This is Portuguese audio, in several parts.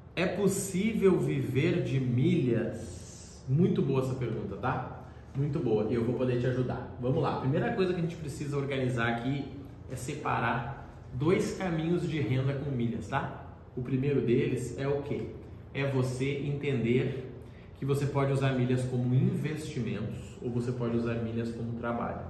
É possível viver de milhas? Muito boa essa pergunta, tá? Muito boa, e eu vou poder te ajudar. Vamos lá, a primeira coisa que a gente precisa organizar aqui é separar dois caminhos de renda com milhas, tá? O primeiro deles é o quê? É você entender que você pode usar milhas como investimentos ou você pode usar milhas como trabalho.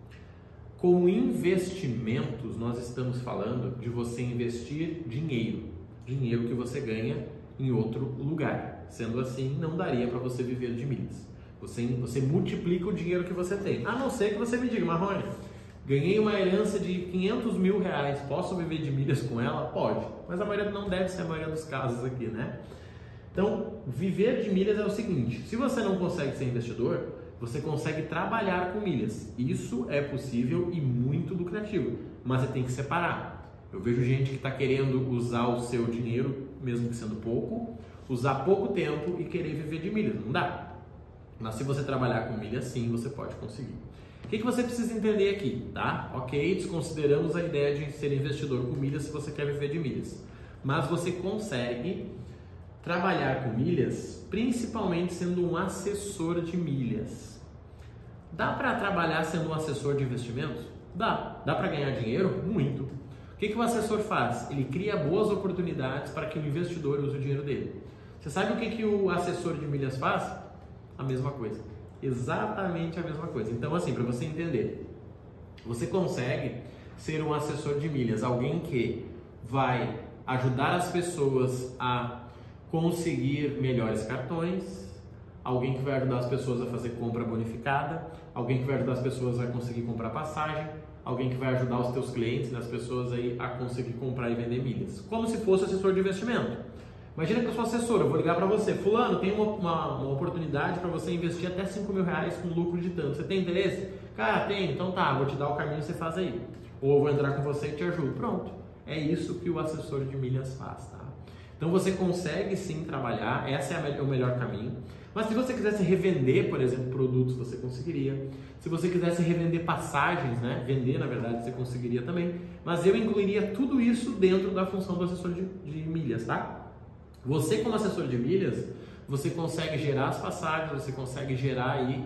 Como investimentos, nós estamos falando de você investir dinheiro que você ganha em outro lugar. Sendo assim, não daria para você viver de milhas. Você multiplica o dinheiro que você tem. A não ser que você me diga, Marrone, ganhei uma herança de 500 mil reais, posso viver de milhas com ela? Pode, mas a maioria não deve ser a maioria dos casos aqui, né? Então, viver de milhas é o seguinte, se você não consegue ser investidor, você consegue trabalhar com milhas. Isso é possível e muito lucrativo, mas você tem que separar. Eu vejo gente que está querendo usar o seu dinheiro, mesmo que sendo pouco, usar pouco tempo e querer viver de milhas. Não dá. Mas se você trabalhar com milhas, sim, você pode conseguir. O que você precisa entender aqui, tá? Ok, desconsideramos a ideia de ser investidor com milhas se você quer viver de milhas. Mas você consegue trabalhar com milhas, principalmente sendo um assessor de milhas. Dá para trabalhar sendo um assessor de investimentos? Dá. Dá para ganhar dinheiro? Muito. O que o assessor faz? Ele cria boas oportunidades para que o investidor use o dinheiro dele. Você sabe o que o assessor de milhas faz? A mesma coisa. Exatamente a mesma coisa. Então, assim, para você entender, você consegue ser um assessor de milhas, alguém que vai ajudar as pessoas a conseguir melhores cartões, alguém que vai ajudar as pessoas a fazer compra bonificada, alguém que vai ajudar as pessoas a conseguir comprar passagem, alguém que vai ajudar os teus clientes, as pessoas aí a conseguir comprar e vender milhas. Como se fosse assessor de investimento. Imagina que eu sou assessor, eu vou ligar para você, fulano, tem uma oportunidade para você investir até 5 mil reais com lucro de tanto. Você tem interesse? Cara, tem, então tá, vou te dar o caminho, você faz aí. Ou eu vou entrar com você e te ajudo. Pronto. É isso que o assessor de milhas faz, tá? Então você consegue sim trabalhar, esse é o melhor caminho. Mas se você quisesse revender, por exemplo, produtos, você conseguiria. Se você quisesse revender passagens, né? Vender, na verdade, você conseguiria também. Mas eu incluiria tudo isso dentro da função do assessor de milhas, tá? Você, como assessor de milhas, você consegue gerar as passagens, você consegue gerar aí,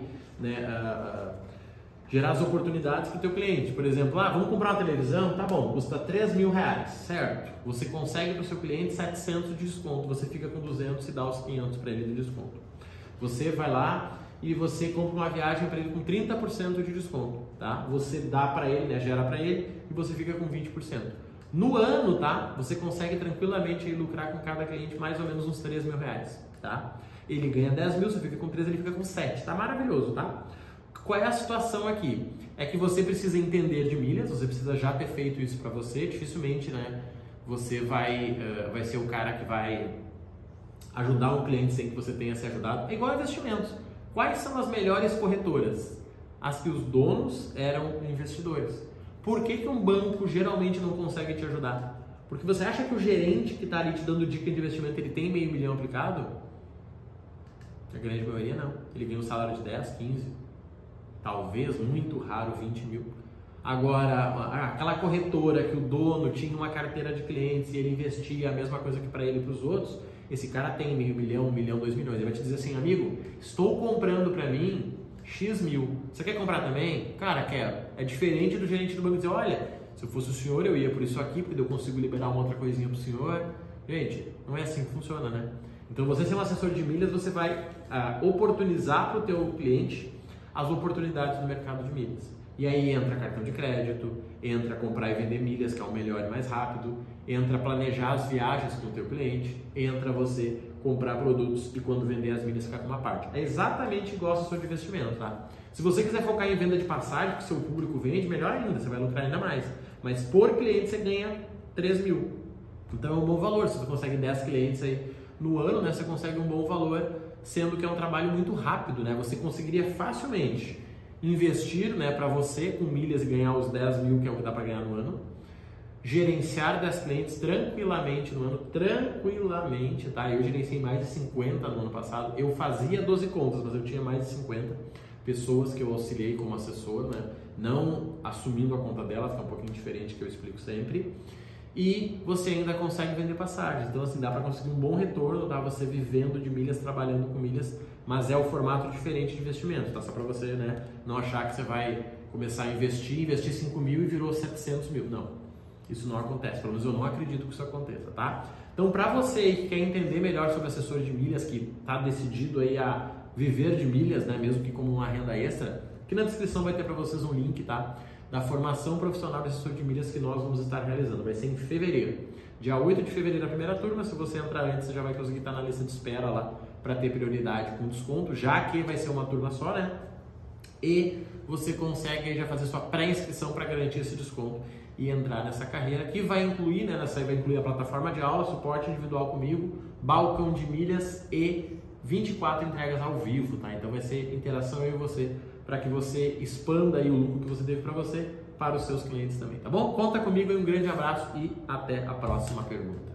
né, gerar as oportunidades para o teu cliente. Por exemplo, vamos comprar uma televisão, tá bom, custa 3 mil reais, certo? Você consegue para o seu cliente 700 de desconto, você fica com 200 e dá os 500 para ele de desconto. Você vai lá e você compra uma viagem para ele com 30% de desconto, tá? Você dá para ele, né, gera para ele e você fica com 20%. No ano, tá? Você consegue tranquilamente aí lucrar com cada cliente mais ou menos uns 3 mil reais, tá? Ele ganha 10 mil, você fica com 3, ele fica com 7, tá maravilhoso, tá? Qual é a situação aqui? É que você precisa entender de milhas, você precisa já ter feito isso para você, dificilmente, né? Você vai ser o cara que vai ajudar um cliente sem que você tenha se ajudado. É igual a investimentos. Quais são as melhores corretoras? As que os donos eram investidores. Por que um banco geralmente não consegue te ajudar? Porque você acha que o gerente que está ali te dando dica de investimento, ele tem meio milhão aplicado? A grande maioria não. Ele ganha um salário de 10, 15, talvez, muito raro, 20 mil. Agora, aquela corretora que o dono tinha uma carteira de clientes e ele investia a mesma coisa que para ele e para os outros, esse cara tem meio milhão, 1 milhão, 2 milhões. Ele vai te dizer assim, amigo, estou comprando para mim X mil. Você quer comprar também? Cara, quero. É diferente do gerente do banco dizer, olha, se eu fosse o senhor, eu ia por isso aqui, porque eu consigo liberar uma outra coisinha para o senhor. Gente, não é assim que funciona, né? Então, você ser um assessor de milhas, você vai oportunizar para o teu cliente as oportunidades do mercado de milhas. E aí entra cartão de crédito, entra comprar e vender milhas, que é o melhor e mais rápido, entra planejar as viagens com o teu cliente, entra você comprar produtos e quando vender as milhas ficar com uma parte. É exatamente igual ao assessor de investimento, tá? Se você quiser focar em venda de passagem, que o seu público vende, melhor ainda, você vai lucrar ainda mais. Mas por cliente você ganha 3 mil. Então é um bom valor, se você consegue 10 clientes aí no ano, né, você consegue um bom valor, sendo que é um trabalho muito rápido, né? Você conseguiria facilmente investir, né, para você com milhas e ganhar os 10 mil, que é o que dá para ganhar no ano, gerenciar 10 clientes tranquilamente no ano, tranquilamente, tá? Eu gerenciei mais de 50 no ano passado, eu fazia 12 contas, mas eu tinha mais de 50 pessoas que eu auxiliei como assessor, né? Não assumindo a conta delas, que é um pouquinho diferente, que eu explico sempre. e você ainda consegue vender passagens. Então assim, dá para conseguir um bom retorno, tá? Você vivendo de milhas, trabalhando com milhas, mas é o formato diferente de investimento, tá? Só para você, né, não achar que você vai começar a investir 5 mil e virou 700 mil. Não, isso não acontece, pelo menos eu não acredito que isso aconteça, tá? Então para você aí que quer entender melhor sobre assessor de milhas, que está decidido aí a viver de milhas, né, mesmo que como uma renda extra, aqui na descrição vai ter para vocês um link, tá? Da formação profissional de assessor de milhas que nós vamos estar realizando. Vai ser em fevereiro. Dia 8 de fevereiro a primeira turma. Se você entrar antes, você já vai conseguir estar na lista de espera lá para ter prioridade com desconto, já que vai ser uma turma só, né? E você consegue aí já fazer sua pré-inscrição para garantir esse desconto e entrar nessa carreira, que vai incluir, né? Nessa aí vai incluir a plataforma de aula, suporte individual comigo, balcão de milhas e 24 entregas ao vivo, tá? Então vai ser interação eu e você, para que você expanda aí o lucro que você teve para você, para os seus clientes também, tá bom? Conta comigo, um grande abraço e até a próxima pergunta.